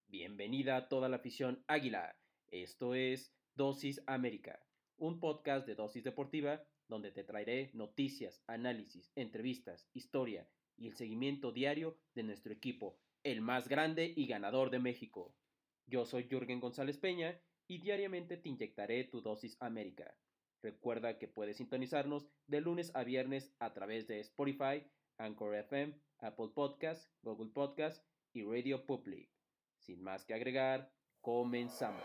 Bienvenida a toda la afición Águila. Esto es Dosis América, un podcast de Dosis Deportiva donde te traeré noticias, análisis, entrevistas, historia y el seguimiento diario de nuestro equipo, el más grande y ganador de México. Yo soy Jürgen González Peña y diariamente te inyectaré tu Dosis América. Recuerda que puedes sintonizarnos de lunes a viernes a través de Spotify, Anchor FM, Apple Podcasts, Google Podcasts y Radio Public. Sin más que agregar, comenzamos.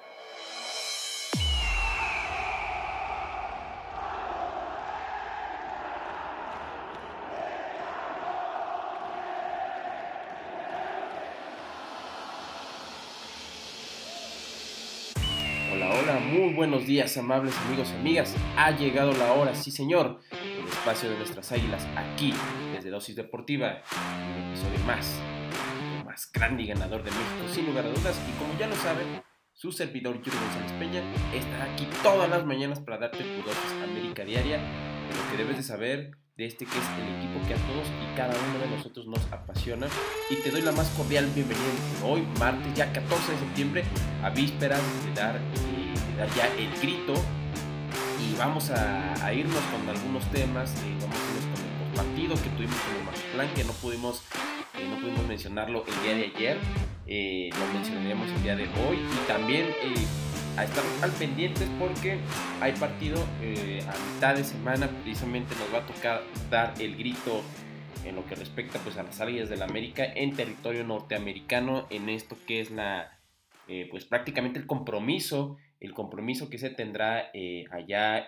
Hola, hola, muy buenos días, amables amigos y amigas. Ha llegado la hora, sí señor, el espacio de nuestras águilas aquí, desde Dosis Deportiva, un episodio más, el más grande y ganador de México, sin lugar a dudas. Y como ya lo saben, su servidor Jürgen González Peña estará aquí todas las mañanas para darte tu dosis América diaria de lo que debes de saber de este que es el equipo que a todos y cada uno de nosotros nos apasiona. Y te doy la más cordial bienvenida hoy, martes ya 14 de septiembre, a vísperas de dar ya el grito. Y vamos a irnos con algunos temas. Vamos a irnos con el partido que tuvimos con el Mazatlán, que no pudimos mencionarlo el día de ayer. Lo mencionaremos el día de hoy. Y también a estar al pendientes porque hay partido a mitad de semana. Precisamente nos va a tocar dar el grito en lo que respecta pues a las Águilas del América en territorio norteamericano, en esto que es pues prácticamente el compromiso que se tendrá allá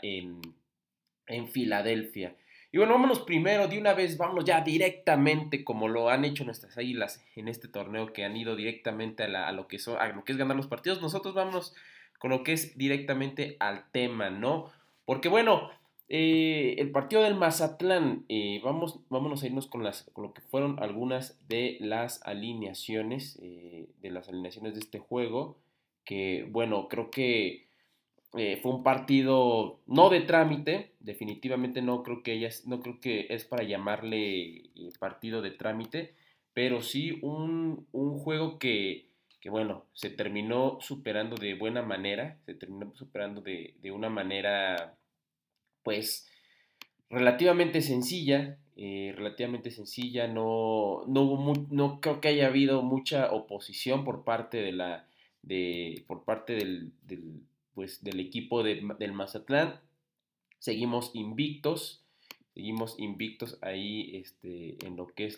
en Filadelfia. Y bueno, vámonos primero, de una vez, vámonos ya directamente, como lo han hecho nuestras Águilas en este torneo, que han ido directamente a lo que es ganar los partidos. Nosotros vámonos con lo que es directamente al tema, ¿no? Porque bueno, el partido del Mazatlán, vámonos a irnos con lo que fueron algunas de las alineaciones, de este juego, que bueno, creo que fue un partido no de trámite, definitivamente no creo que es para llamarle partido de trámite, pero sí un juego que, bueno, se terminó superando de buena manera, se terminó superando de una manera, pues, relativamente sencilla, no creo que haya habido mucha oposición por parte por parte pues, del equipo del Mazatlán. Seguimos seguimos invictos ahí en lo que es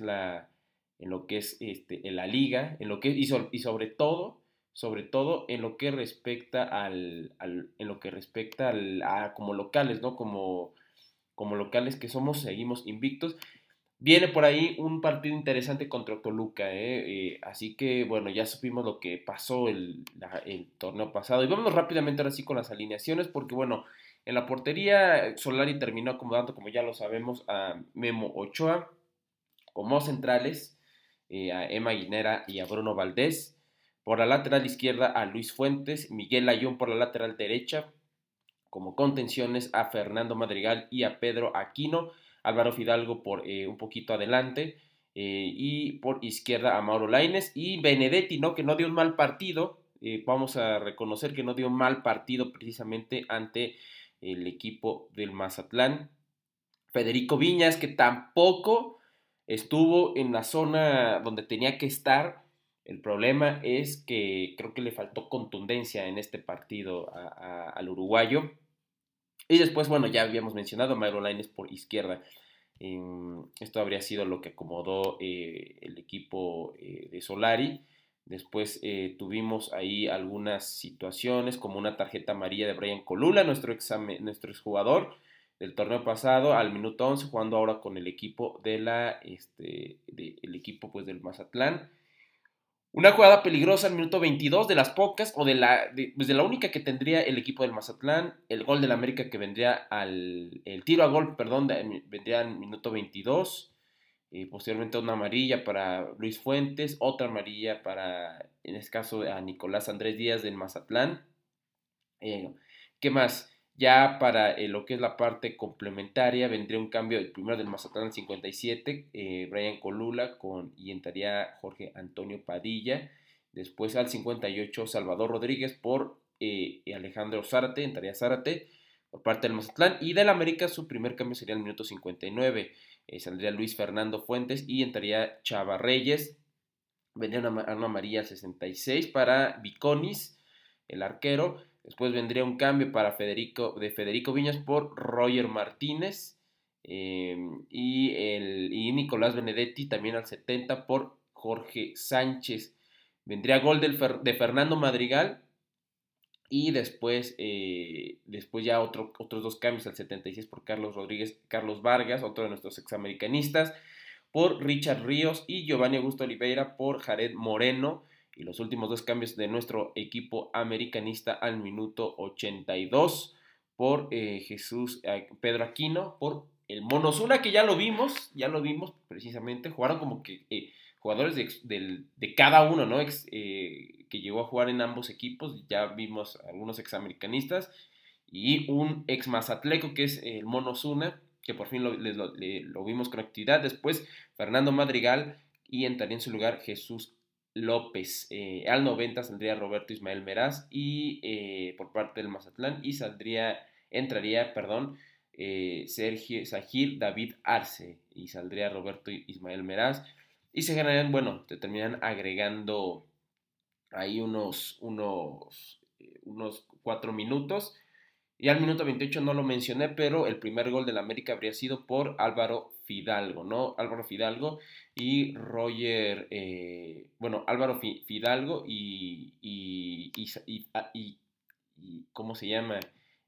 en la liga, y sobre todo en lo que respecta en lo que respecta a como locales, ¿no? Como locales que somos, seguimos invictos. Viene por ahí un partido interesante contra Toluca, así que bueno, ya supimos lo que pasó el torneo pasado. Y vámonos rápidamente ahora sí con las alineaciones, porque bueno, en la portería Solari terminó acomodando, como ya lo sabemos, a Memo Ochoa como centrales, a Emma Guinera y a Bruno Valdés. Por la lateral izquierda a Luis Fuentes, Miguel Ayón por la lateral derecha, como contenciones a Fernando Madrigal y a Pedro Aquino, Álvaro Fidalgo por un poquito adelante, y por izquierda a Mauro Lainez y Benedetti, ¿no? Que no dio un mal partido, vamos a reconocer que no dio un mal partido precisamente ante el equipo del Mazatlán. Federico Viñas, que tampoco estuvo en la zona donde tenía que estar. El problema es que creo que le faltó contundencia en este partido al uruguayo. Y después, bueno, ya habíamos mencionado a Mauro Lainez por izquierda. Esto habría sido lo que acomodó el equipo de Solari. Después tuvimos ahí algunas situaciones, como una tarjeta amarilla de Brian Colula, nuestro exjugador del torneo pasado, al minuto 11, jugando ahora con el equipo el equipo pues del Mazatlán. Una jugada peligrosa al minuto 22, de las pocas, o pues de la única que tendría el equipo del Mazatlán. El gol del América que vendría el tiro a gol, perdón, vendría al minuto 22. Posteriormente una amarilla para Luis Fuentes, otra amarilla en este caso, a Nicolás Andrés Díaz del Mazatlán. Eh, ¿Qué más? Ya para lo que es la parte complementaria, vendría un cambio, el primero del Mazatlán 57, Brian Colula, y entraría Jorge Antonio Padilla Después al 58 Salvador Rodríguez por Alejandro Zárate, entraría Zárate por parte del Mazatlán. Y del América su primer cambio sería el minuto 59. Saldría Luis Fernando Fuentes y entraría Chava Reyes. Vendría una amarilla al 66 para Viconis, el arquero. Después vendría un cambio para Federico Viñas por Roger Martínez. Y Nicolás Benedetti también al 70 por Jorge Sánchez. Vendría gol de Fernando Madrigal. Y después ya otros dos cambios al 76 por Carlos Vargas, otro de nuestros examericanistas, por Richard Ríos y Giovanni Augusto Oliveira por Jared Moreno. Y los últimos dos cambios de nuestro equipo americanista al minuto 82 por Pedro Aquino, por el Mono Osuna, que ya lo vimos precisamente. Jugaron como que jugadores de cada uno, ¿no? Que llegó a jugar en ambos equipos. Ya vimos algunos examericanistas y un ex Mazatleco, que es el Mono Osuna, que por fin lo vimos con actividad. Después Fernando Madrigal y entraría en su lugar Jesús López. Al 90 saldría Roberto Ismael Meraz y por parte del Mazatlán y entraría, Sergio Sajir David Arce y saldría Roberto Ismael Meraz y te terminan agregando ahí unos 4 minutos. Y al minuto 28 no lo mencioné, pero el primer gol del América habría sido por Álvaro Fidalgo, ¿no? Álvaro Fidalgo y Roger, Álvaro Fidalgo ¿cómo se llama?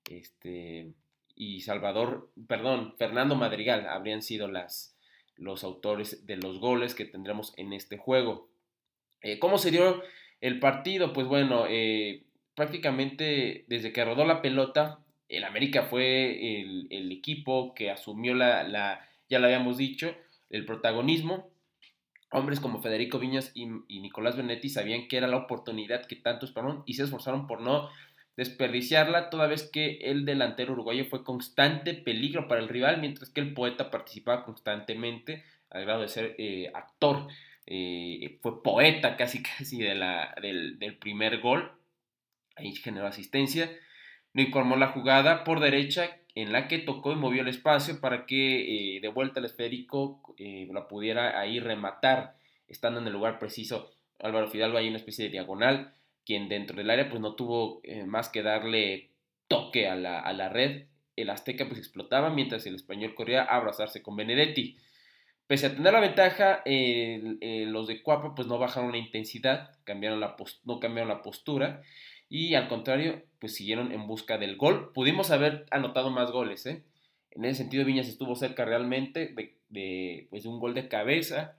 Y Fernando Madrigal habrían sido los autores de los goles que tendremos en este juego. ¿Cómo se dio el partido? Pues bueno, prácticamente desde que rodó la pelota, el América fue el equipo que asumió ya lo habíamos dicho, el protagonismo. Hombres como Federico Viñas y Nicolás Benetti sabían que era la oportunidad que tanto esperaron y se esforzaron por no desperdiciarla, toda vez que el delantero uruguayo fue constante peligro para el rival, mientras que el poeta participaba constantemente, al grado de ser actor. Fue poeta casi del primer gol. Ahí generó asistencia. No informó la jugada por derecha en la que tocó y movió el espacio para que de vuelta el esférico la pudiera ahí rematar, estando en el lugar preciso Álvaro Fidalgo, ahí una especie de diagonal, quien dentro del área pues no tuvo más que darle toque a la red. El Azteca pues explotaba mientras el español corría a abrazarse con Benedetti. Pese a tener la ventaja, los de Cuapa pues no bajaron la intensidad, no cambiaron la postura y al contrario pues siguieron en busca del gol. Pudimos haber anotado más goles, ¿eh? En ese sentido Viñas estuvo cerca realmente de un gol de cabeza.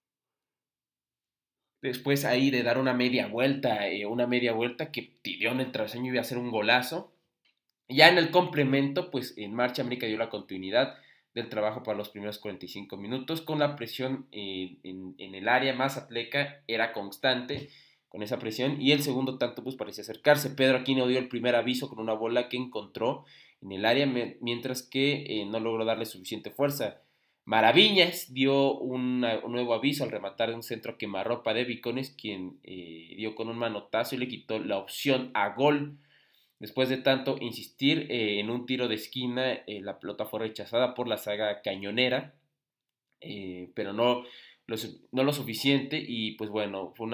Después ahí de dar una media vuelta que tiró en el travesaño, iba a ser un golazo. Ya en el complemento, pues en marcha América dio la continuidad del trabajo para los primeros 45 minutos, con la presión en el área. Mazatleca era constante con esa presión y el segundo tanto pues parecía acercarse. Pedro Aquino dio el primer aviso con una bola que encontró en el área, mientras que no logró darle suficiente fuerza. Maraviñas dio un nuevo aviso al rematar un centro a quemarropa de Vicones, quien dio con un manotazo y le quitó la opción a gol. Después de tanto insistir en un tiro de esquina, la pelota fue rechazada por la saga cañonera, pero no lo suficiente y pues bueno, fue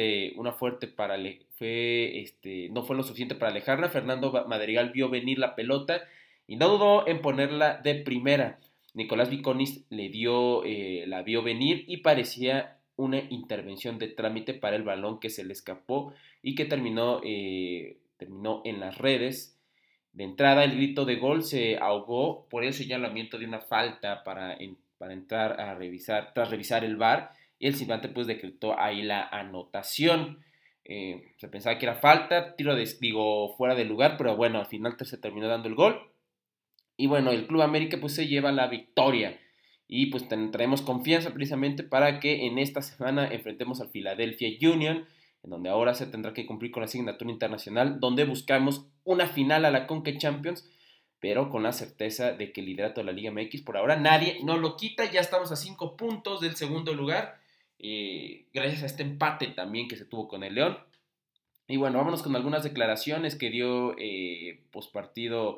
no fue lo suficiente para alejarla. Fernando Madrigal vio venir la pelota y no dudó en ponerla de primera. Nicolás Viconis la vio venir y parecía una intervención de trámite para el balón que se le escapó y que terminó en las redes. De entrada, el grito de gol se ahogó por el señalamiento de una falta para entrar tras revisar el VAR, y el silbante pues decretó ahí la anotación. Se pensaba que era falta, fuera de lugar, pero bueno, al final se terminó dando el gol. Y bueno, el Club América pues se lleva la victoria. Y pues traemos confianza precisamente para que en esta semana enfrentemos al Philadelphia Union, en donde ahora se tendrá que cumplir con la asignatura internacional, donde buscamos una final a la Conca Champions, pero con la certeza de que el liderato de la Liga MX por ahora nadie nos lo quita. Ya estamos a 5 puntos del segundo lugar. gracias a este empate también que se tuvo con el León. Y bueno, vámonos con algunas declaraciones que dio postpartido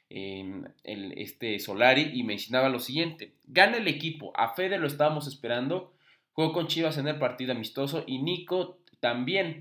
este Solari, y mencionaba lo siguiente: gana el equipo, a Fede lo estábamos esperando, jugó con Chivas en el partido amistoso y Nico también.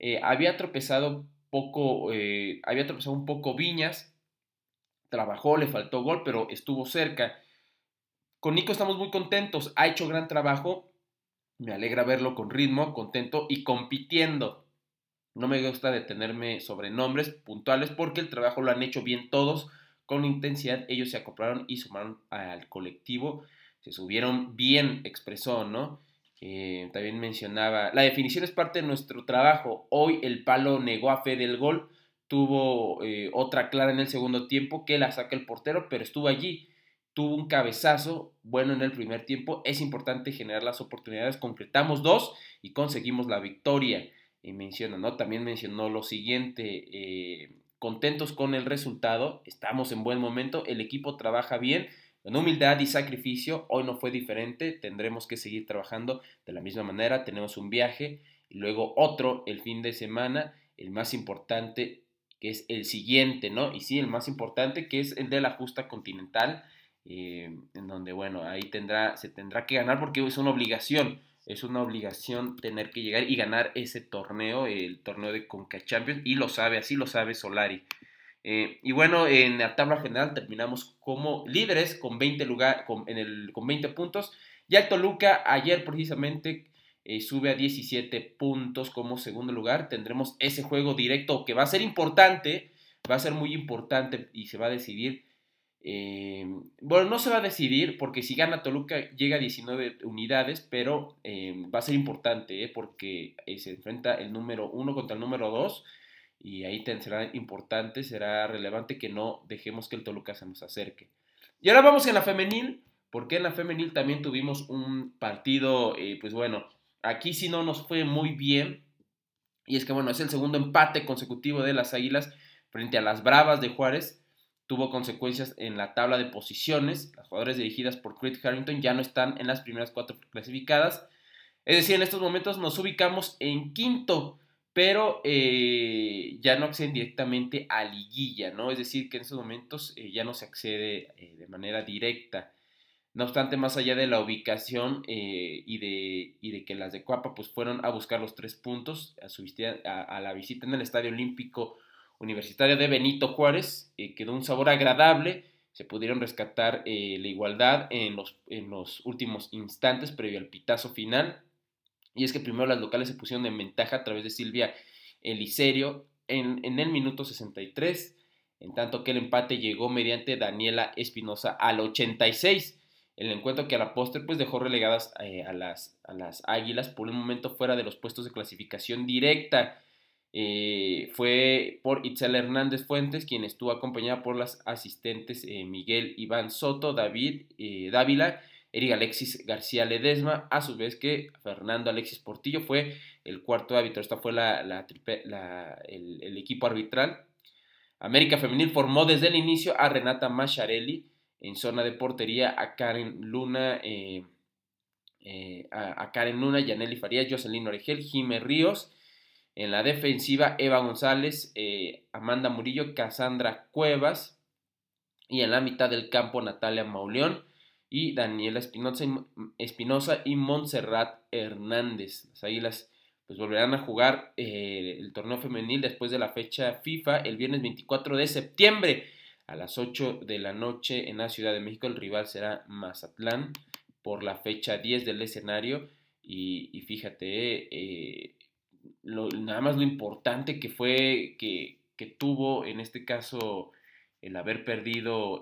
Había tropezado un poco Viñas, trabajó, le faltó gol, pero estuvo cerca. Con Nico estamos muy contentos, ha hecho gran trabajo, me alegra verlo con ritmo, contento y compitiendo. No me gusta detenerme sobre nombres puntuales porque el trabajo lo han hecho bien todos, con intensidad. Ellos se acoplaron y sumaron al colectivo, se subieron bien, expresó, ¿no? También mencionaba, la definición es parte de nuestro trabajo. Hoy el Palo negó a Fede el gol, tuvo otra clara en el segundo tiempo que la saca el portero, pero estuvo allí. Tuvo un cabezazo bueno en el primer tiempo. Es importante generar las oportunidades. Concretamos dos y conseguimos la victoria. Menciona, ¿no? También mencionó lo siguiente: contentos con el resultado, estamos en buen momento, el equipo trabaja bien, con humildad y sacrificio. Hoy no fue diferente, tendremos que seguir trabajando de la misma manera. Tenemos un viaje y luego otro el fin de semana, el más importante, que es el siguiente, ¿no? Y sí, el más importante, que es el de la justa continental, en donde, bueno, ahí se tendrá que ganar porque es una obligación. Es una obligación tener que llegar y ganar ese torneo, el torneo de Conca Champions, y lo sabe, así lo sabe Solari. Y bueno, en la tabla general terminamos como líderes con 20, con 20 puntos. Ya el Toluca ayer precisamente sube a 17 puntos como segundo lugar. Tendremos ese juego directo que va a ser importante, va a ser muy importante y se va a decidir. Bueno, no se va a decidir porque si gana Toluca llega a 19 unidades, pero va a ser importante, porque se enfrenta el número 1 contra el número 2 y ahí será importante, será relevante que no dejemos que el Toluca se nos acerque. Y ahora vamos en la femenil, porque en la femenil también tuvimos un partido, pues bueno, aquí sí no nos fue muy bien, y es que bueno, es el segundo empate consecutivo de las Águilas frente a las Bravas de Juárez. Tuvo consecuencias en la tabla de posiciones. Las jugadoras dirigidas por Creed Harrington ya no están en las primeras 4 clasificadas. Es decir, en estos momentos nos ubicamos en quinto, pero ya no acceden directamente a liguilla, ¿no? Es decir, que en estos momentos ya no se accede de manera directa. No obstante, más allá de la ubicación y de que las de Cuapa pues fueron a buscar los 3 puntos a la visita en el Estadio Olímpico Universitario de Benito Juárez, quedó un sabor agradable. Se pudieron rescatar la igualdad en los últimos instantes previo al pitazo final. Y es que primero las locales se pusieron en ventaja a través de Silvia Eliserio en el minuto 63, en tanto que el empate llegó mediante Daniela Espinosa al 86. El encuentro que a la postre pues dejó relegadas a las Águilas por un momento fuera de los puestos de clasificación directa. Fue por Itzel Hernández Fuentes, quien estuvo acompañada por las asistentes Miguel Iván Soto, David Dávila, Eric Alexis García Ledesma, a su vez que Fernando Alexis Portillo fue el cuarto árbitro. Esta fue el equipo arbitral. América Femenil formó desde el inicio a Renata Macharelli en zona de portería, a Karen Luna, Yaneli Farías, Jocelyn Oregel, Jimé Ríos. En la defensiva, Eva González, Amanda Murillo, Cassandra Cuevas. Y en la mitad del campo, Natalia Mauleón y Daniela Espinosa y Montserrat Hernández. Las Águilas pues volverán a jugar el torneo femenil después de la fecha FIFA el viernes 24 de septiembre a las 8 de la noche en la Ciudad de México. El rival será Mazatlán por la fecha 10 del escenario. Y fíjate, nada más lo importante que fue que tuvo en este caso el haber perdido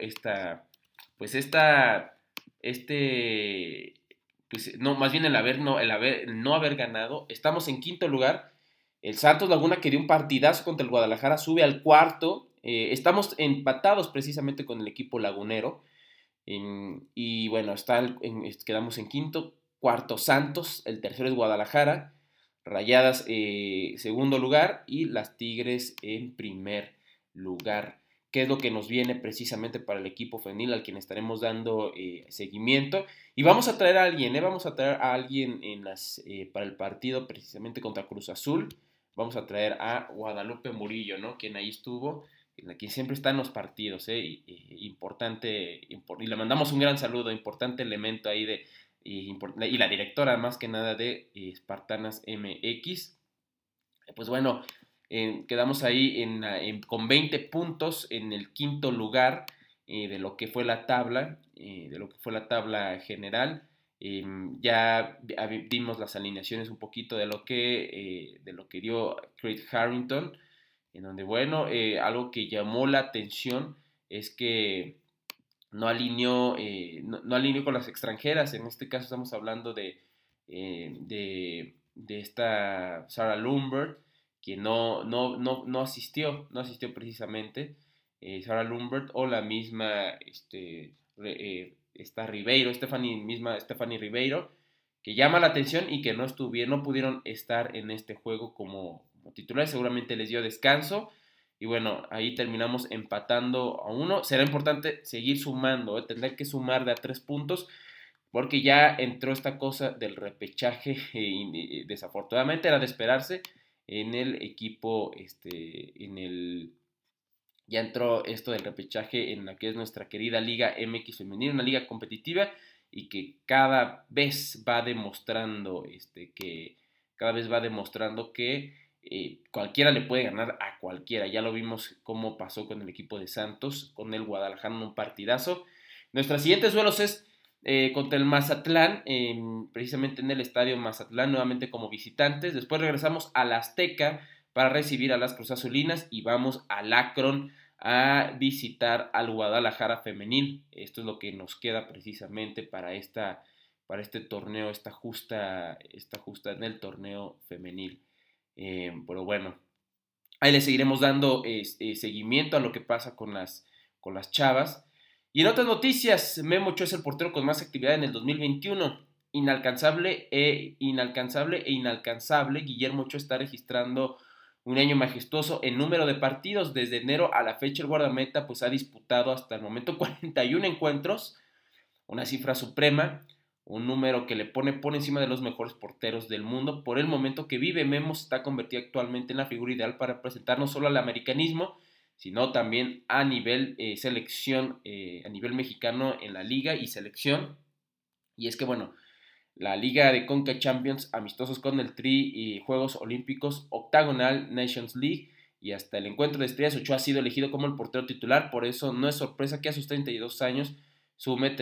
no, más bien el no haber ganado. Estamos en quinto lugar. El Santos Laguna, que dio un partidazo contra el Guadalajara, sube al cuarto. Estamos empatados precisamente con el equipo lagunero. Y bueno, quedamos en quinto. Cuarto Santos, el tercero es Guadalajara. Rayadas segundo lugar y las Tigres en primer lugar. qué es lo que nos viene precisamente para el equipo femenil al quien estaremos dando seguimiento. Y vamos a traer a alguien, vamos a traer a alguien para el partido precisamente contra Cruz Azul. Vamos a traer a Guadalupe Murillo, ¿no? Quien ahí estuvo, quien siempre está en los partidos, importante, y le mandamos un gran saludo, importante elemento ahí y la directora más que nada de Espartanas MX. Pues bueno, quedamos ahí con 20 puntos en el quinto lugar de lo que fue la tabla, general. Ya vimos las alineaciones un poquito de lo que dio Craig Harrington, en donde, bueno, algo que llamó la atención es que no alineó con las extranjeras. En este caso estamos hablando de esta Sarah Lundberg, que no asistió precisamente, Sarah Lundberg, o la misma Stephanie Ribeiro, que llama la atención y que no pudieron estar en este juego como titulares. Seguramente les dio descanso. Y bueno, ahí terminamos empatando a 1. Será importante seguir sumando, tendrá que sumar de a 3 puntos, porque ya entró esta cosa del repechaje, desafortunadamente era de esperarse en el equipo, ya entró esto del repechaje en la que es nuestra querida Liga MX Femenil, una liga competitiva y que cada vez va demostrando que cualquiera le puede ganar a cualquiera. Ya lo vimos cómo pasó con el equipo de Santos, con el Guadalajara en un partidazo. Nuestros siguientes duelos es contra el Mazatlán, precisamente en el estadio Mazatlán, nuevamente como visitantes. Después regresamos al Azteca para recibir a las Cruzazulinas y vamos al Akron a visitar al Guadalajara femenil. Esto es lo que nos queda precisamente para este torneo, esta justa en el torneo femenil. Pero bueno, ahí le seguiremos dando seguimiento a lo que pasa con las chavas. Y en otras noticias, Memo Ochoa es el portero con más actividad en el 2021. Inalcanzable e inalcanzable. Guillermo Ochoa está registrando un año majestuoso en número de partidos. Desde enero a la fecha el guardameta pues ha disputado hasta el momento 41 encuentros, una cifra suprema, un número que le pone encima de los mejores porteros del mundo. Por el momento que vive, Memo se está convertido actualmente en la figura ideal para representar no solo al americanismo, sino también a nivel selección, a nivel mexicano en la liga y selección. Y es que, bueno, la Liga de Conca Champions, amistosos con el Tri y Juegos Olímpicos, Octagonal, Nations League y hasta el Encuentro de Estrellas, Ochoa ha sido elegido como el portero titular. Por eso no es sorpresa que a sus 32 años sume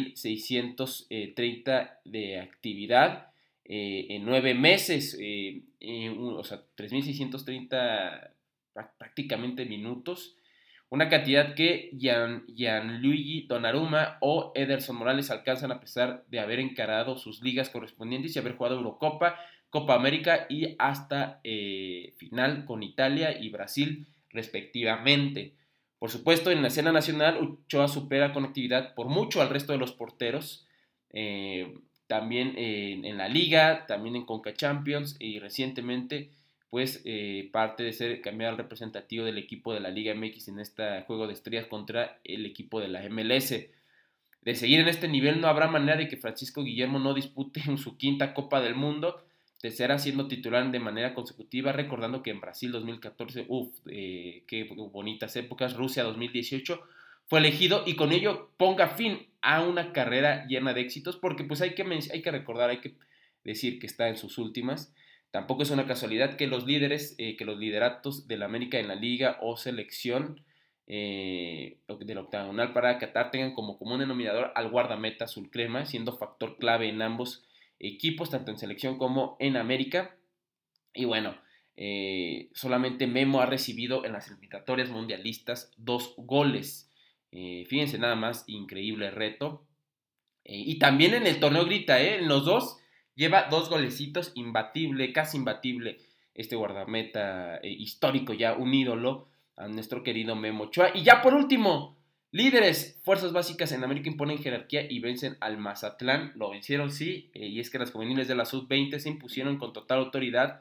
3.630 de actividad en 9 meses, o sea, 3.630 prácticamente minutos, una cantidad que Gianluigi Donnarumma o Ederson Morales alcanzan a pesar de haber encarado sus ligas correspondientes y haber jugado Eurocopa, Copa América y hasta final con Italia y Brasil respectivamente. Por supuesto, en la escena nacional, Ochoa supera con actividad por mucho al resto de los porteros, también en la Liga, también en Conca Champions y recientemente pues parte de ser cambiado al representativo del equipo de la Liga MX en este juego de estrellas contra el equipo de la MLS. De seguir en este nivel no habrá manera de que Francisco Guillermo no dispute en su quinta Copa del Mundo, tercera siendo titular de manera consecutiva, recordando que en Brasil 2014, qué bonitas épocas, Rusia 2018, fue elegido y con ello ponga fin a una carrera llena de éxitos, porque pues hay que recordar, hay que decir que está en sus últimas. Tampoco es una casualidad que los lideratos de la América en la liga o selección del octagonal para Qatar tengan como común denominador al guardameta azul crema, siendo factor clave en ambos equipos, tanto en selección como en América. Y bueno, solamente Memo ha recibido en las eliminatorias mundialistas 2 goles. Fíjense nada más, increíble reto. Y también en el torneo grita, en los dos lleva 2 golecitos, imbatible, casi imbatible, este guardameta histórico, ya un ídolo, a nuestro querido Memo Ochoa. Y ya por último, líderes, fuerzas básicas en América imponen jerarquía y vencen al Mazatlán. Lo vencieron, sí, y es que las juveniles de la Sub-20 se impusieron con total autoridad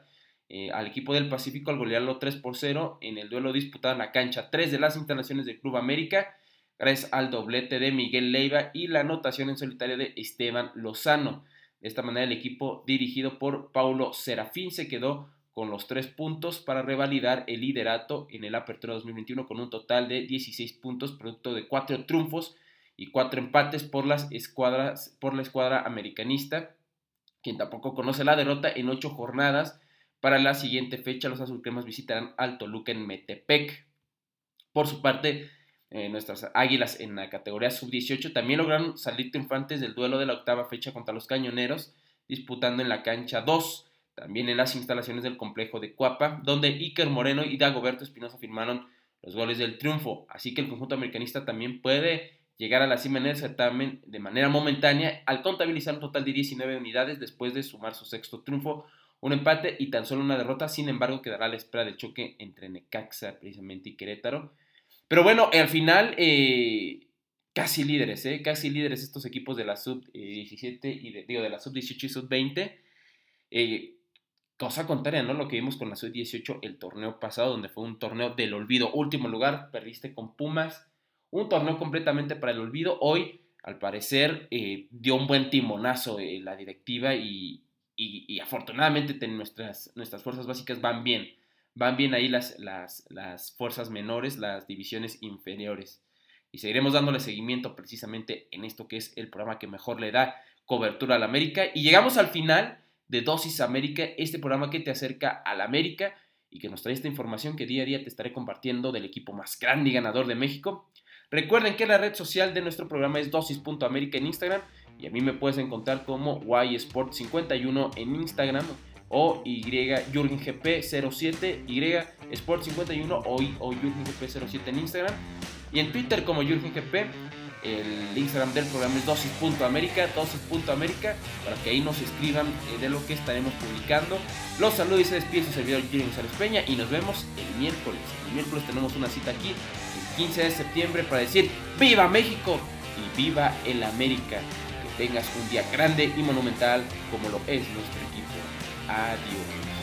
al equipo del Pacífico al golearlo 3-0 en el duelo disputado en la cancha 3 de las instalaciones del Club América, gracias al doblete de Miguel Leiva y la anotación en solitario de Esteban Lozano. De esta manera el equipo dirigido por Paulo Serafín se quedó con los 3 puntos para revalidar el liderato en el Apertura 2021 con un total de 16 puntos, producto de 4 triunfos y 4 empates por la escuadra americanista, quien tampoco conoce la derrota en 8 jornadas. Para la siguiente fecha los azulcremas visitarán al Toluca en Metepec. Por su parte, nuestras águilas en la categoría sub-18 también lograron salir triunfantes del duelo de la octava fecha contra los cañoneros, disputando en la cancha 2, también en las instalaciones del complejo de Cuapa, donde Iker Moreno y Dagoberto Espinosa firmaron los goles del triunfo. Así que el conjunto americanista también puede llegar a la cima en el certamen de manera momentánea al contabilizar un total de 19 unidades después de sumar su sexto triunfo, un empate y tan solo una derrota. Sin embargo, quedará a la espera del choque entre Necaxa precisamente y Querétaro. Pero bueno, al final casi líderes estos equipos de la sub-17 y de la sub-18 y sub-20. Cosa contraria, ¿no? Lo que vimos con la sub-18 el torneo pasado, donde fue un torneo del olvido. Último lugar, perdiste con Pumas. Un torneo completamente para el olvido. Hoy, al parecer, dio un buen timonazo la directiva y afortunadamente nuestras fuerzas básicas van bien. Van bien ahí las fuerzas menores, las divisiones inferiores. Y seguiremos dándole seguimiento precisamente en esto que es el programa que mejor le da cobertura a la América. Y llegamos al final de Dosis América, este programa que te acerca a la América y que nos trae esta información que día a día te estaré compartiendo del equipo más grande y ganador de México. Recuerden que la red social de nuestro programa es dosis.america en Instagram y a mí me puedes encontrar como ysport51 en Instagram o YJurgenGP07, YSport51 o YurgenGP07 en Instagram y en Twitter como JurgenGP. El Instagram del programa es dosis.america, para que ahí nos escriban de lo que estaremos publicando. Los saludos y se despide su servidor Jürgen González Peña y nos vemos el miércoles. El miércoles tenemos una cita aquí el 15 de septiembre para decir ¡Viva México! Y ¡Viva el América! Que tengas un día grande y monumental como lo es nuestro equipo. Adiós.